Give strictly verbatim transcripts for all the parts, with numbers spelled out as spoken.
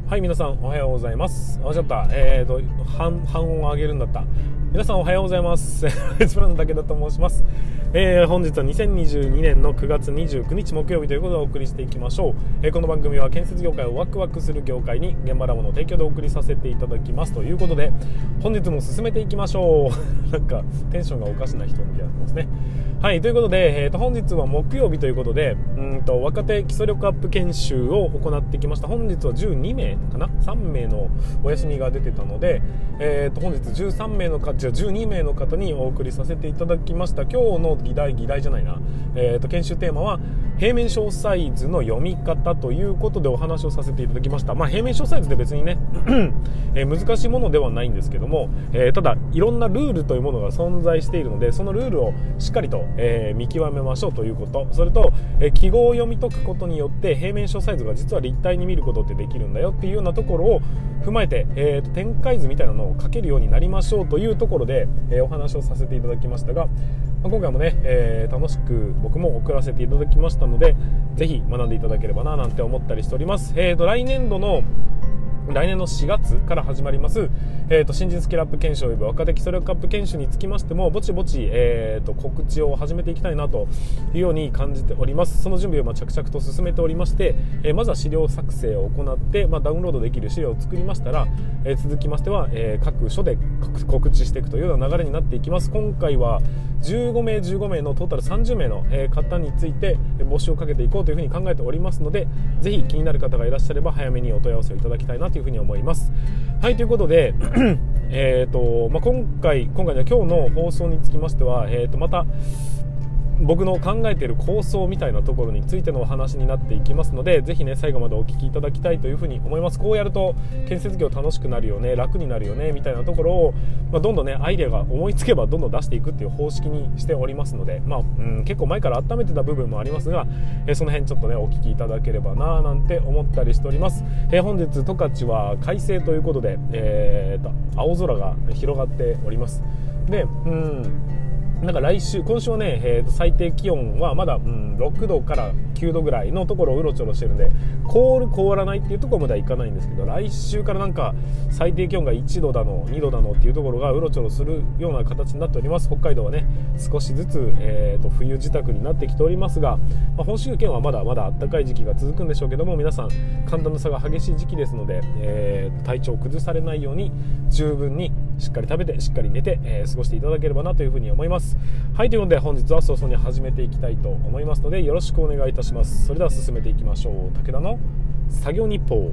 はい、皆さんおはようございます。あ、ちゃった。えーと、半、半音を上げるんだった。皆さんおはようございます。エスプランの武田と申します。えー、本日はにせんにじゅうにねんのくがつにじゅうくにち木曜日ということでお送りしていきましょう。えー、この番組は建設業界をワクワクする業界に現場ラボの提供でお送りさせていただきますということで、本日も進めていきましょう。なんかテンションがおかしな人になってますね。はい、ということで、えー、と本日は木曜日ということで、うんと若手基礎力アップ研修を行ってきました。本日はじゅうにめいかな、さんめいのお休みが出てたので、えー、と本日じゅうさんめいの方、じゃじゅうにめいの方にお送りさせていただきました。今日の議題議題じゃないな、えー、と研修テーマは平面小サイズの読み方ということでお話をさせていただきました。まあ、平面小サイズで別にね、えー、難しいものではないんですけども、えー、ただいろんなルールというものが存在しているので、そのルールをしっかりと、えー、見極めましょうということ、それと、えー、記号を読み解くことによって平面小サイズが実は立体に見ることってできるんだよっていうようなところを踏まえて、えー、と展開図みたいなのを描けるようになりましょうというところで、えー、お話をさせていただきましたが、まあ、今回もね、えー、楽しく僕も送らせていただきましたので、ぜひ学んでいただければななんて思ったりしております。えー、と来年度の来年のしがつから始まります、えー、と新人スキルアップ研修及び若手基礎力アップ研修につきましてもぼちぼち、えー、と告知を始めていきたいなというように感じております。その準備をまあ着々と進めておりまして、えー、まずは資料作成を行って、まあ、ダウンロードできる資料を作りましたら、えー、続きましては、えー、各所で告知していくというような流れになっていきます。今回はじゅうごめいじゅうごめいのトータルさんじゅうめいの方について募集をかけていこうというふうに考えておりますので、ぜひ気になる方がいらっしゃれば早めにお問い合わせをいただきたいなというふうに思います。はい、ということでえーと、まあ、今回今回の今日の放送につきましては、えーとまた僕の考えている構想みたいなところについてのお話になっていきますので、ぜひね最後までお聞きいただきたいというふうに思います。こうやると建設業楽しくなるよね、楽になるよねみたいなところを、まあ、どんどんねアイデアが思いつけばどんどん出していくっていう方式にしておりますので、まあうん、結構前から温めてた部分もありますが、えー、その辺ちょっとねお聞きいただければななんて思ったりしております。えー、本日十勝は快晴ということで、えー、と青空が広がっております。で、うんなんか来週今週はね、えー、と最低気温はまだ、うん、ろくどからきゅうどぐらいのところをうろちょろしてるんで、凍る凍らないっていうところまではいかないんですけど、来週からなんか最低気温がいちどだのにどだのっていうところがうろちょろするような形になっております。北海道はね少しずつ、えー、と冬支度になってきておりますが、まあ、本州圏はまだまだ暖かい時期が続くんでしょうけども、皆さん寒暖の差が激しい時期ですので、えー、体調を崩されないように十分にしっかり食べてしっかり寝て、えー、過ごしていただければなというふうに思います。はい、ということで本日は早々に始めていきたいと思いますのでよろしくお願いいたします。それでは進めていきましょう。武田の作業日報。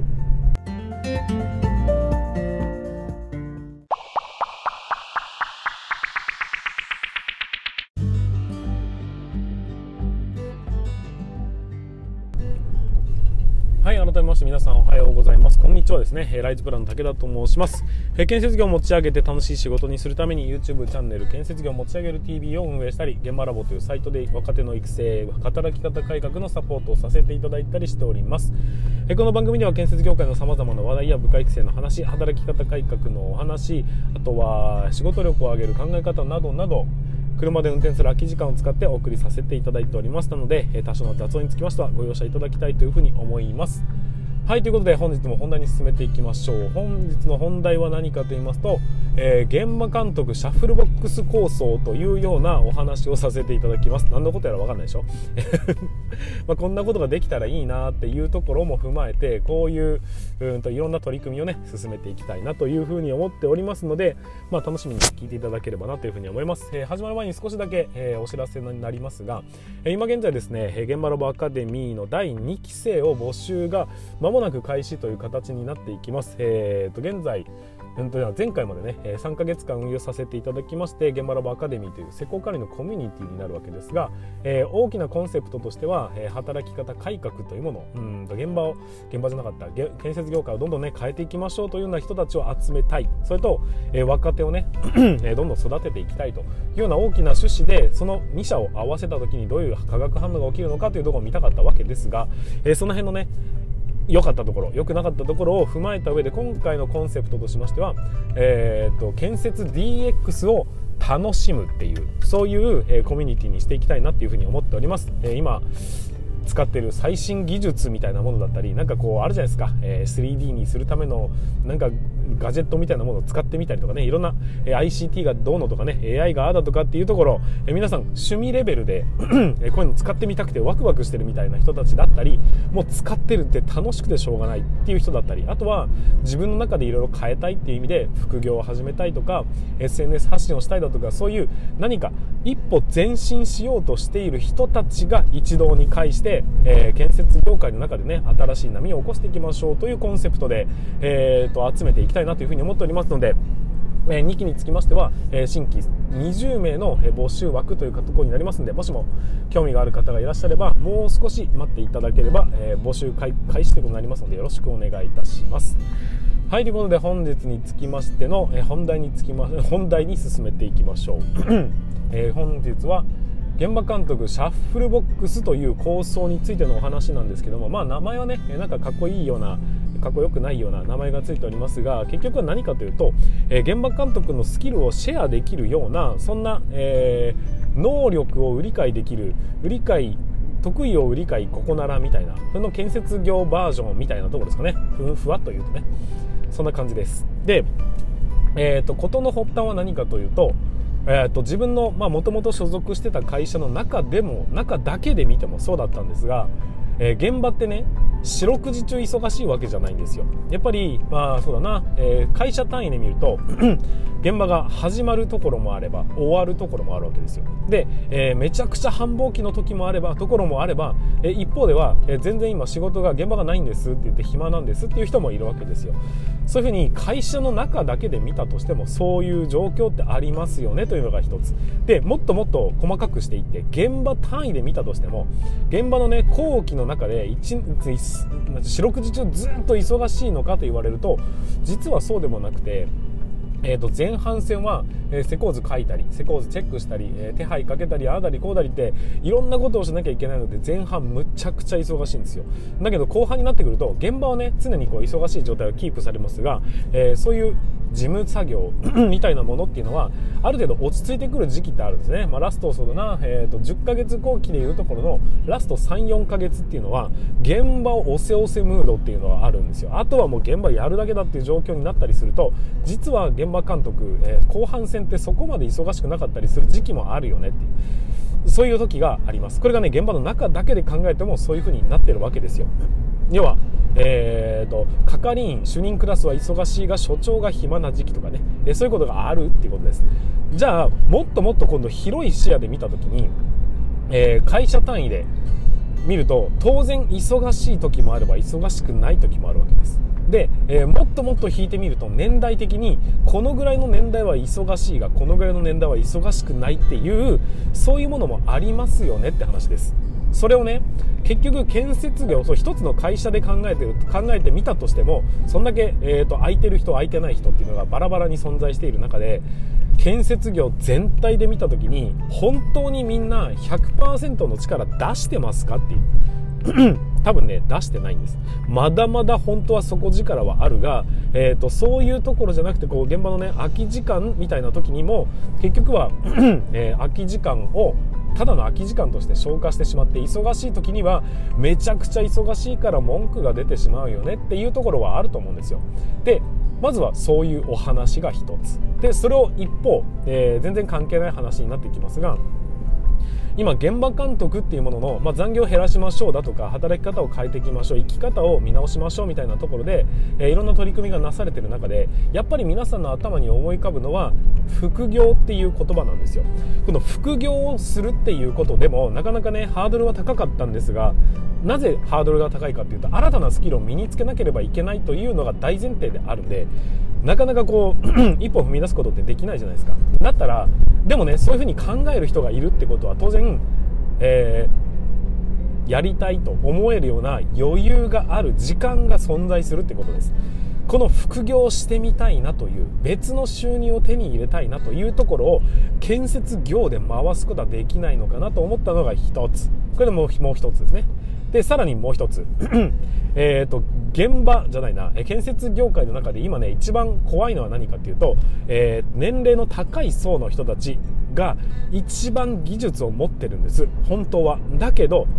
はい、改めまして皆さんおはようございます。こんにちはですね。ライズプランの武田と申します。建設業を持ち上げて楽しい仕事にするために YouTube チャンネル建設業を持ち上げる ティービー を運営したり、現場ラボというサイトで若手の育成、働き方改革のサポートをさせていただいたりしております。この番組では建設業界の様々な話題や部下育成の話、働き方改革のお話、あとは仕事力を上げる考え方などなど、車で運転する空き時間を使ってお送りさせていただいておりますので、多少の雑音につきましてはご容赦いただきたいというふうに思います。はい、ということで本日も本題に進めていきましょう。本日の本題は何かと言いますと、えー、現場監督シャッフルボックス構想というようなお話をさせていただきます。何のことやら分かんないでしょまあこんなことができたらいいなっていうところも踏まえて、こういううんといろんな取り組みをね進めていきたいなというふうに思っておりますので、まあ、楽しみに聞いていただければなというふうに思います。えー、始まる前に少しだけ、えー、お知らせになりますが、えー、今現在ですね現場ラボアカデミーのだいにきせいを募集が間もなく開始という形になっていきます。えー、と現在前回までねさんかげつかん運用させていただきまして、現場ラボアカデミーという施工管理のコミュニティになるわけですが、えー、大きなコンセプトとしては、えー、働き方改革というもの、うんと現場を現場じゃなかった建設業界をどんどんね変えていきましょうというような人たちを集めたい、それと、えー、若手をねどんどん育てていきたいというような大きな趣旨で、そのに社を合わせた時にどういう化学反応が起きるのかというところを見たかったわけですが、えー、その辺のね良かったところ良くなかったところを踏まえた上で、今回のコンセプトとしましては、えー、と建設 ディーエックス を楽しむっていう、そういう、えー、コミュニティにしていきたいなっていうふうに思っております。えー、今使っている最新技術みたいなものだったり、なんかこうあるじゃないですか、えー、スリーディー にするためのなんかガジェットみたいなものを使ってみたりとかね、いろんな、えー、アイシーティー がどうのとかね、 エーアイ があだとかっていうところ、えー、皆さん趣味レベルでこういうの使ってみたくてワクワクしてるみたいな人たちだったり、もう使ってるって楽しくてしょうがないっていう人だったり、あとは自分の中でいろいろ変えたいっていう意味で副業を始めたいとか エスエヌエス 発信をしたいだとか、そういう何か一歩前進しようとしている人たちが一堂に会して、えー、建設業界の中でね、新しい波を起こしていきましょうというコンセプトで、えー、と集めていきたいなというふうに思っておりますので、えー、にきにつきましては、えー、新規にじゅうめいの募集枠というところになりますので、もしも興味がある方がいらっしゃればもう少し待っていただければ、えー、募集開始ということになりますので、よろしくお願いいたします。はい、ということで本日につきましての、えー、本題につきま本題に進めていきましょう、えー、本日は現場監督シャッフルボックスという構想についてのお話なんですけども、まあ名前はね、なんかかっこいいようなかっこよくないような名前がついておりますが、結局は何かというと、えー、現場監督のスキルをシェアできるような、そんな、えー、能力を売り買いできる、売り買い得意を売り買いここならみたいな、その建設業バージョンみたいなところですかね。ふ, ふわっと言うとね、そんな感じです。で、えーと、事の発端は何かというと、えーと、自分のもともと所属してた会社の中でも中だけで見てもそうだったんですが、えー、現場ってね、四六時中忙しいわけじゃないんですよ。やっぱりまあそうだな、えー、会社単位で見ると現場が始まるところもあれば終わるところもあるわけですよ。で、えー、めちゃくちゃ繁忙期の時もあればところもあれば、えー、一方では、えー、全然今仕事が現場がないんですって言って暇なんですっていう人もいるわけですよ。そういうふうに会社の中だけで見たとしてもそういう状況ってありますよねというのが一つで、もっともっと細かくしていって現場単位で見たとしても、現場のね後期の中で一日四六時中ずっと忙しいのかと言われると、実はそうでもなくて、えー、と前半戦は、えー、施工図書いたり施工図チェックしたり、えー、手配かけたりああだりこうだりっていろんなことをしなきゃいけないので、前半むちゃくちゃ忙しいんですよ。だけど後半になってくると現場はね常にこう忙しい状態をキープされますが、えー、そういう事務作業みたいなものっていうのはある程度落ち着いてくる時期ってあるんですね。まあ、ラストそうだな、えー、とじゅっかげつ後期でいうところのラスト さん,よん ヶ月っていうのは現場を押せ押せムードっていうのはあるんですよ。あとはもう現場やるだけだっていう状況になったりすると、実は現場監督、えー、後半戦ってそこまで忙しくなかったりする時期もあるよねっていう、そういう時があります。これがね現場の中だけで考えてもそういう風になってるわけですよ。要はえーと係員主任クラスは忙しいが所長が暇な時期とかね、えー、そういうことがあるっていうことです。じゃあもっともっと今度広い視野で見たときに、えー、会社単位で見ると当然忙しい時もあれば忙しくない時もあるわけです。で、えー、もっともっと引いてみると年代的にこのぐらいの年代は忙しいがこのぐらいの年代は忙しくないっていう、そういうものもありますよねって話です。それをね結局建設業、そう一つの会社で考えてる考えてみたとしても、そんだけ、えーと、空いてる人空いてない人っていうのがバラバラに存在している中で、建設業全体で見た時に本当にみんな ひゃくパーセント の力出してますかっていう多分ね出してないんです。まだまだ本当は底力はあるが、えーと、そういうところじゃなくてこう現場のね空き時間みたいな時にも結局は、えー、空き時間をただの空き時間として消化してしまって、忙しい時にはめちゃくちゃ忙しいから文句が出てしまうよねっていうところはあると思うんですよ。でまずはそういうお話が一つで、それを一方、えー、全然関係ない話になってきますが、今現場監督っていうものの、まあ、残業を減らしましょうだとか働き方を変えていきましょう、生き方を見直しましょうみたいなところで、えー、いろんな取り組みがなされている中で、やっぱり皆さんの頭に思い浮かぶのは副業っていう言葉なんですよ。この副業をするっていうことでもなかなかねハードルは高かったんですが、なぜハードルが高いかっていうと、新たなスキルを身につけなければいけないというのが大前提であるんで、なかなかこう一歩踏み出すことってできないじゃないですか。だったらでもねそういうふうに考える人がいるってことは当然、えー、やりたいと思えるような余裕がある時間が存在するってことです。この副業をしてみたいなという別の収入を手に入れたいなというところを建設業で回すことはできないのかなと思ったのが一つ。これでもうもう一つですね。でさらにもう一つえと現場じゃないな建設業界の中で今ね一番怖いのは何かっていうと、えー、年齢の高い層の人たちが一番技術を持ってるんです本当は。だけど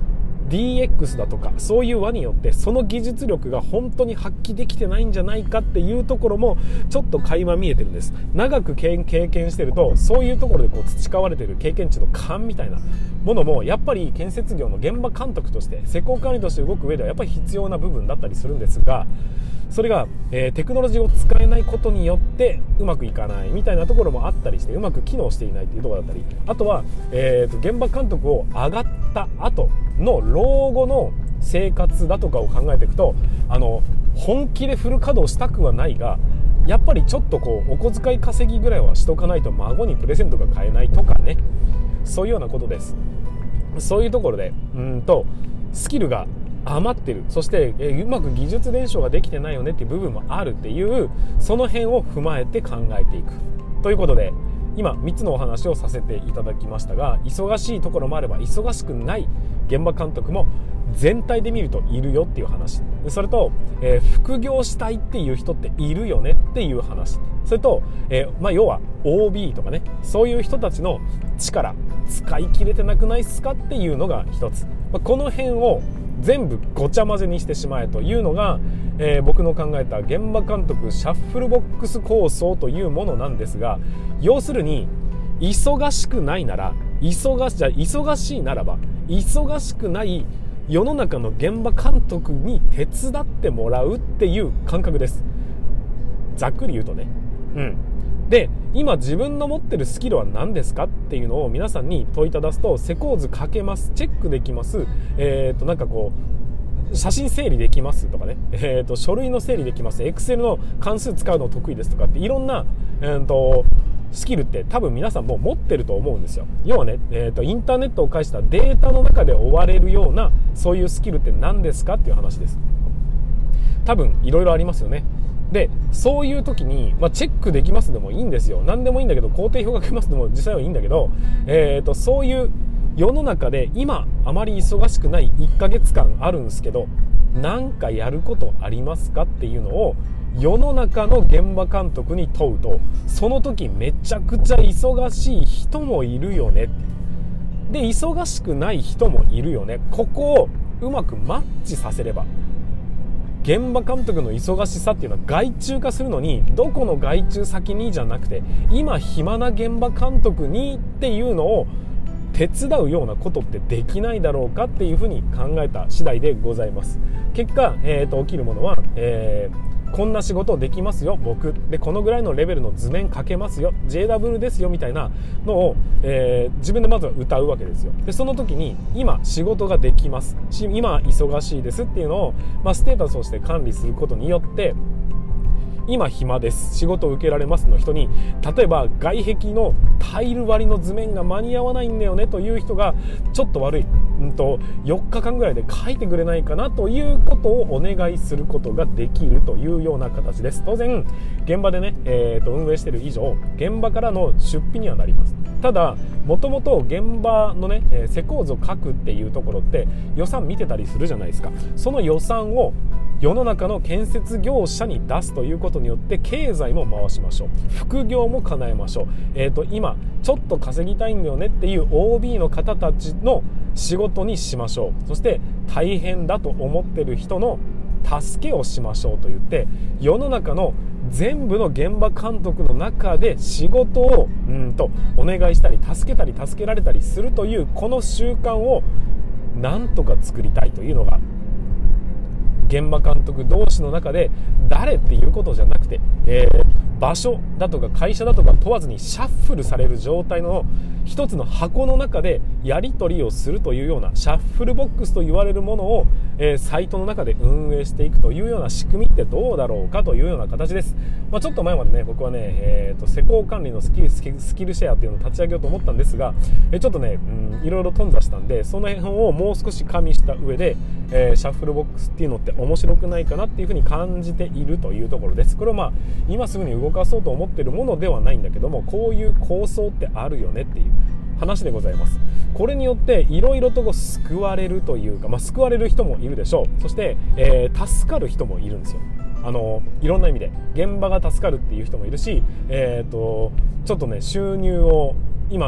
ディーエックス だとかそういう輪によってその技術力が本当に発揮できてないんじゃないかっていうところもちょっと垣間見えてるんです。長く経験してるとそういうところでこう培われている経験値の勘みたいなものもやっぱり建設業の現場監督として施工管理として動く上ではやっぱり必要な部分だったりするんですが、それが、えー、テクノロジーを使えないことによってうまくいかないみたいなところもあったりして、うまく機能していないというところだったり、あとは、えー、と現場監督を上がった後の老後の生活だとかを考えていくと、あの本気でフル稼働したくはないが、やっぱりちょっとこうお小遣い稼ぎぐらいはしとかないと孫にプレゼントが買えないとかね、そういうようなことです。そういうところでうんとスキルが余ってる、そして、えー、うまく技術伝承ができてないよねっていう部分もあるっていう、その辺を踏まえて考えていくということで、今みっつのお話をさせていただきましたが、忙しいところもあれば忙しくない現場監督も全体で見るといるよっていう話、それと、えー、副業したいっていう人っているよねっていう話、それと、えーまあ、要は オービー とかね、そういう人たちの力使い切れてなくないっすかっていうのが一つ、まあ、この辺を全部ごちゃ混ぜにしてしまえというのが、えー、僕の考えた現場監督シャッフルボックス構想というものなんですが、要するに忙しくないなら忙しじゃ忙しいならば忙しくない世の中の現場監督に手伝ってもらうっていう感覚です。ざっくり言うとね。うんで、今自分の持ってるスキルは何ですかっていうのを皆さんに問いただすと、施工図書けます、チェックできます、えーとなんかこう写真整理できますとかね、えーと書類の整理できます、エクセルの関数使うの得意ですとかっていろんな、えーとスキルって多分皆さんもう持ってると思うんですよ。要はね、えーとインターネットを介したデータの中で追われるようなそういうスキルって何ですかっていう話です。多分いろいろありますよね。でそういう時に、まあ、チェックできますでもいいんですよ。何でもいいんだけど、工程表書けますでも実際はいいんだけど、えーとそういう世の中で今あまり忙しくないいっかげつかんあるんですけど、なんかやることありますかっていうのを世の中の現場監督に問うと、その時めちゃくちゃ忙しい人もいるよね、で忙しくない人もいるよね。ここをうまくマッチさせれば、現場監督の忙しさっていうのは外注化するのに、どこの外注先にじゃなくて今暇な現場監督にっていうのを手伝うようなことってできないだろうかっていうふうに考えた次第でございます。結果、えーと、起きるものは、えーこんな仕事できますよ僕で、このぐらいのレベルの図面書けますよ ジェイダブリュー ですよみたいなのを、えー、自分でまずは歌うわけですよ。でその時に今仕事ができますし今忙しいですっていうのを、まあ、ステータスとして管理することによって、今暇です仕事を受けられますの人に、例えば外壁のタイル割りの図面が間に合わないんだよねという人が、ちょっと悪い、うんとよっかかんぐらいで書いてくれないかなということをお願いすることができるというような形です。当然現場でね、えー、と運営している以上現場からの出費にはなります。ただもともと現場のね、えー、施工図を書くっていうところって予算見てたりするじゃないですか。その予算を世の中の建設業者に出すということによって経済も回しましょう、副業も叶えましょう、えーと今ちょっと稼ぎたいんだよねっていう オービー の方たちの仕事にしましょう。そして大変だと思ってる人の助けをしましょうと言って、世の中の全部の現場監督の中で仕事をうんとお願いしたり助けたり助けられたりするというこの習慣をなんとか作りたいというのが、現場監督同士の中で誰っていうことじゃなくて、えー、場所だとか会社だとか問わずにシャッフルされる状態の一つの箱の中でやり取りをするというようなシャッフルボックスと言われるものを、えー、サイトの中で運営していくというような仕組みってどうだろうかというような形です。まあ、ちょっと前までね僕はね、えー、と施工管理のスキル、スキルシェアっていうのを立ち上げようと思ったんですが、えー、ちょっとね、うん、いろいろ頓挫したんで、その辺をもう少し加味した上で、えー、シャッフルボックスっていうのって面白くないかなっていうふうに感じているというところです。これはまあ今すぐに動かそうと思っているものではないんだけども、こういう構想ってあるよねっていう話でございます。これによっていろいろとこう救われるというか、まあ、救われる人もいるでしょう。そして、えー、助かる人もいるんですよ。あのいろんな意味で現場が助かるっていう人もいるし、えー、とちょっとね収入を今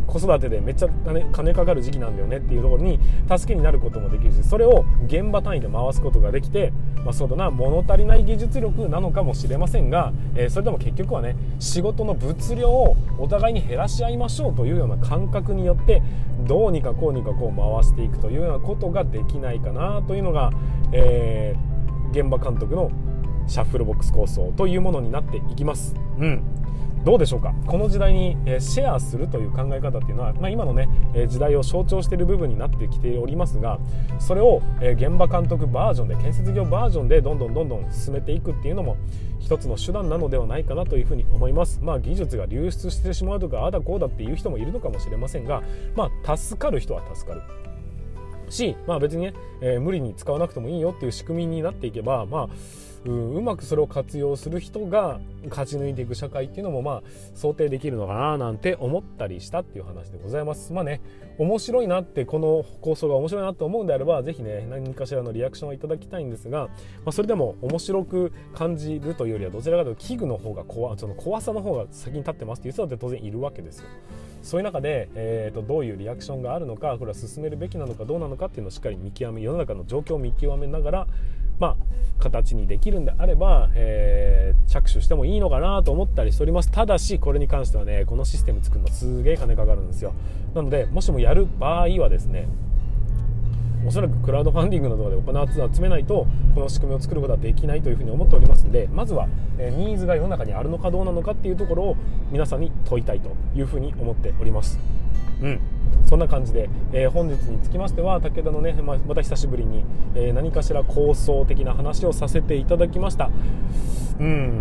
子育てでめっちゃ金、金かかる時期なんだよねっていうところに助けになることもできるし、それを現場単位で回すことができて、まあ、そうだな、物足りない技術力なのかもしれませんが、えー、それでも結局はね、仕事の物量をお互いに減らし合いましょうというような感覚によってどうにかこうにかこう回していくというようなことができないかなというのが、えー、現場監督のシャッフルボックス構想というものになっていきます。うん、どうでしょうか。この時代にシェアするという考え方っていうのは、まあ、今のね時代を象徴している部分になってきておりますが、それを現場監督バージョンで、建設業バージョンでどんどんどんどん進めていくっていうのも一つの手段なのではないかなというふうに思います。まあ技術が流出してしまうとか、あだこうだっていう人もいるのかもしれませんが、まあ助かる人は助かるし、まあ別にね、えー、無理に使わなくてもいいよっていう仕組みになっていけば、まあう, うまくそれを活用する人が勝ち抜いていく社会っていうのもまあ想定できるのかななんて思ったりしたっていう話でございます。まあね、面白いなって、この構想が面白いなと思うんであれば、ぜひね何かしらのリアクションをいただきたいんですが、まあ、それでも面白く感じるというよりは、どちらかというと器具の方が怖その怖さの方が先に立ってますっていう人だって当然いるわけですよ。そういう中で、えー、とどういうリアクションがあるのか、これは進めるべきなのかどうなのかっていうのをしっかり見極め、世の中の状況を見極めながら、まあ、形にできるんであれば、えー、着手してもいいのかなと思ったりしております。ただしこれに関してはね、このシステム作るのすげえ金かかるんですよ。なのでもしもやる場合はですね、おそらくクラウドファンディングなどでお金を集めないとこの仕組みを作ることはできないというふうに思っておりますので、まずは、えー、ニーズが世の中にあるのかどうなのかっていうところを皆さんに問いたいというふうに思っております。うん、そんな感じで、えー、本日につきましては武田のね、ま, また久しぶりに、えー、何かしら構想的な話をさせていただきました。うん、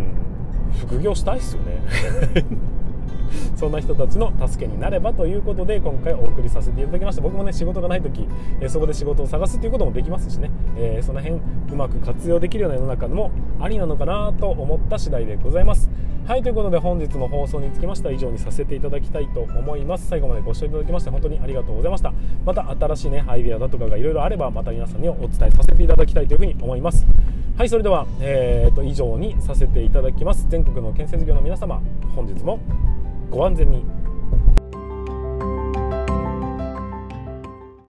副業したいっすよねそんな人たちの助けになればということで今回お送りさせていただきました。僕もね仕事がないとき、えー、そこで仕事を探すということもできますしね、えー、その辺うまく活用できるような世の中もありなのかなと思った次第でございます。はい、ということで本日の放送につきましては以上にさせていただきたいと思います。最後までご視聴いただきまして本当にありがとうございました。また新しいねアイデアだとかがいろいろあればまた皆さんにお伝えさせていただきたいというふうに思います。はい、それでは、えー、と以上にさせていただきます。全国の建設業の皆様、本日もご安全に